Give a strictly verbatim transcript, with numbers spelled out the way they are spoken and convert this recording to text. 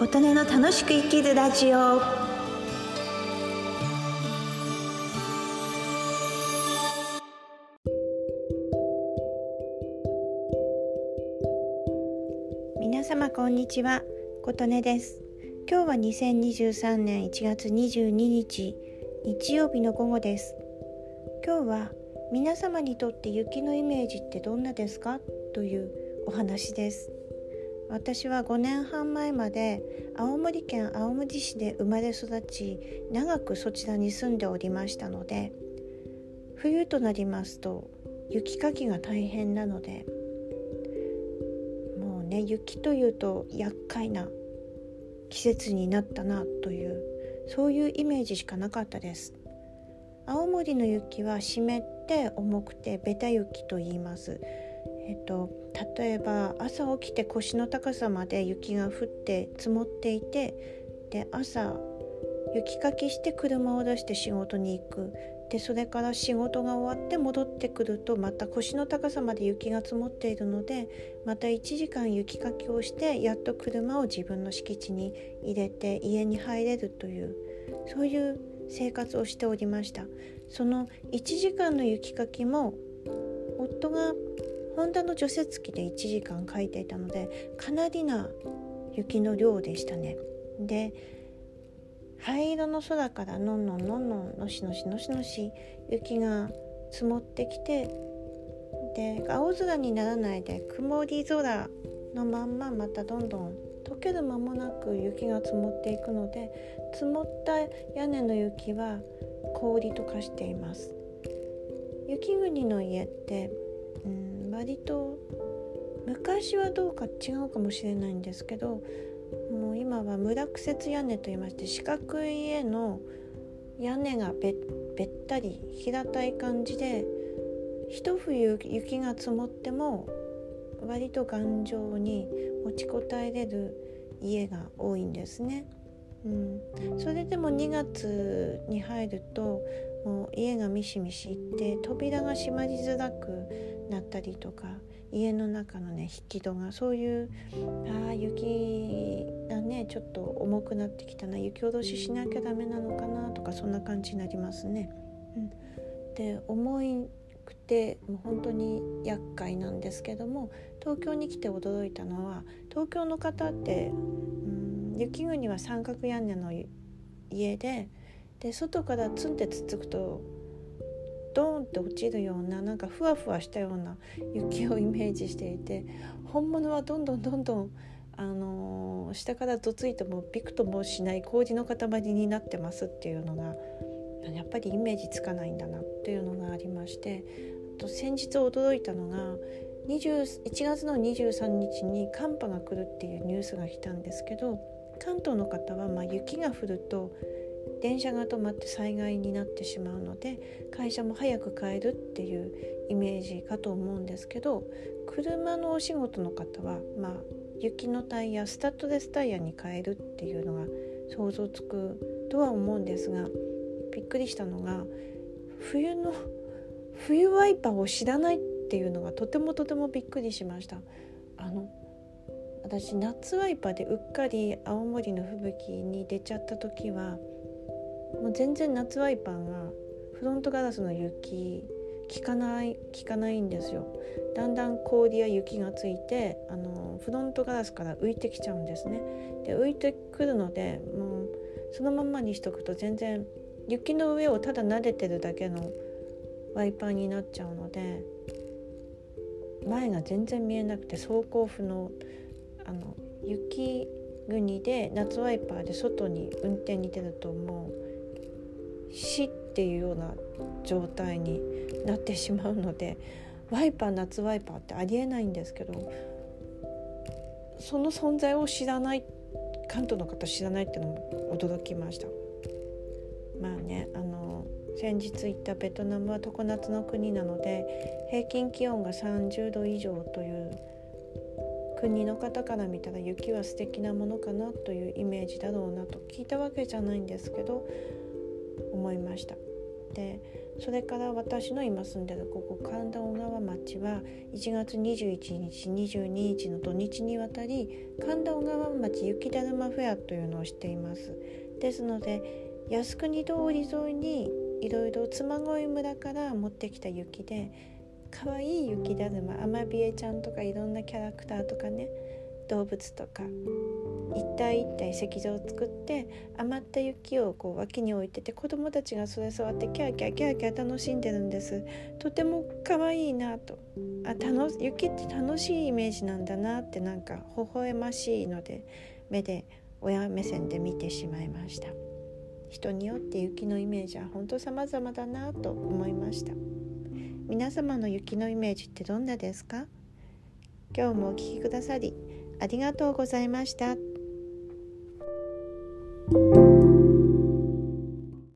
琴音の楽しく生きるラジオ。皆様こんにちは、琴音です。今日はにせんにじゅうさんねんいちがつにじゅうににち日曜日の午後です。今日は皆様にとって雪のイメージってどんなですかというお話です。私はごねんはん前まで青森県青森市で生まれ育ち、長くそちらに住んでおりましたので、冬となりますと雪かきが大変なので、もうね、雪というと厄介な季節になったなという、そういうイメージしかなかったです。青森の雪は湿って重くてベタ雪と言います。えっと、例えば朝起きて腰の高さまで雪が降って積もっていて、で朝雪かきして車を出して仕事に行く。でそれから仕事が終わって戻ってくると、また腰の高さまで雪が積もっているので、またいちじかん雪かきをしてやっと車を自分の敷地に入れて家に入れるという、そういう生活をしておりました。そのいちじかんの雪かきも夫がホンダの除雪機でいちじかんかいていたので、かなりな雪の量でしたね。で、灰色の空からのんのんのんのんのしのしのしのし雪が積もってきて、で青空にならないで曇り空のまんま、またどんどん溶ける間もなく雪が積もっていくので、積もった屋根の雪は氷と化しています。雪国の家ってうん、割と昔はどうか違うかもしれないんですけど、もう今は無落雪屋根といいまして、四角い家の屋根が べ, べったり平たい感じで、一冬雪が積もっても割と頑丈に持ちこたえれる家が多いんですね。うん、それでもにがつに入るともう家がミシミシいって扉が閉まりづらくなったりとか、家の中のね引き戸が、そういうああ雪がねちょっと重くなってきたな、雪下ろししなきゃダメなのかなとか、そんな感じになりますね。うん、で重くてもう本当に厄介なんですけども、東京に来て驚いたのは、東京の方って、うん雪国は三角屋根の家で、で外からツンってつっつくとドーンって落ちるような、なんかふわふわしたような雪をイメージしていて、本物はどんどんどんどん、あのー、下からどついてもびくともしない氷の塊になってますっていうのが、やっぱりイメージつかないんだなっていうのがありまして、あと先日驚いたのがいちがつのにじゅうさんにちに寒波が来るっていうニュースが来たんですけど、関東の方はまあ雪が降ると電車が止まって災害になってしまうので、会社も早く帰るっていうイメージかと思うんですけど、車のお仕事の方はまあ雪のタイヤ、スタッドレスタイヤに変えるっていうのが想像つくとは思うんですが、びっくりしたのが冬の冬ワイパーを知らないっていうのがとてもとてもびっくりしました。あの私夏ワイパーでうっかり青森の吹雪に出ちゃった時は、もう全然夏ワイパーがフロントガラスの雪効かない効かないんですよ。だんだん氷や雪がついて、あのフロントガラスから浮いてきちゃうんですね。で浮いてくるので、もうそのままにしとくと全然雪の上をただ撫でてるだけのワイパーになっちゃうので、前が全然見えなくて走行不能。あの雪国で夏ワイパーで外に運転に出ると、もう死っていうような状態になってしまうので、ワイパー夏ワイパーってありえないんですけど、その存在を知らない、関東の方知らないっていうのも驚きました。まあね、あの先日行ったベトナムは常夏の国なので、平均気温がさんじゅうど以上という国の方から見たら雪は素敵なものかなというイメージだろうなと、聞いたわけじゃないんですけど思いました。 て、それから私の今住んでるここ神田小川町はいちがつにじゅういちにちにじゅうににちの土日にわたり神田小川町雪だるまフェアというのをしています。ですので靖国通り沿いにいろいろ嬬恋村から持ってきた雪でかわいい雪だるま、アマビエちゃんとかいろんなキャラクターとかね、動物とか一体一体石像を作って余った雪をこう脇に置いてて、子供たちがそれ触ってキャーキャーキャーキャー楽しんでるんです。とてもかわいいなと、あ楽雪って楽しいイメージなんだなって、なんか微笑ましいので目で親目線で見てしまいました。人によって雪のイメージは本当様々だなと思いました。皆様の雪のイメージってどんなですか？今日もお聞きくださりありがとうございました。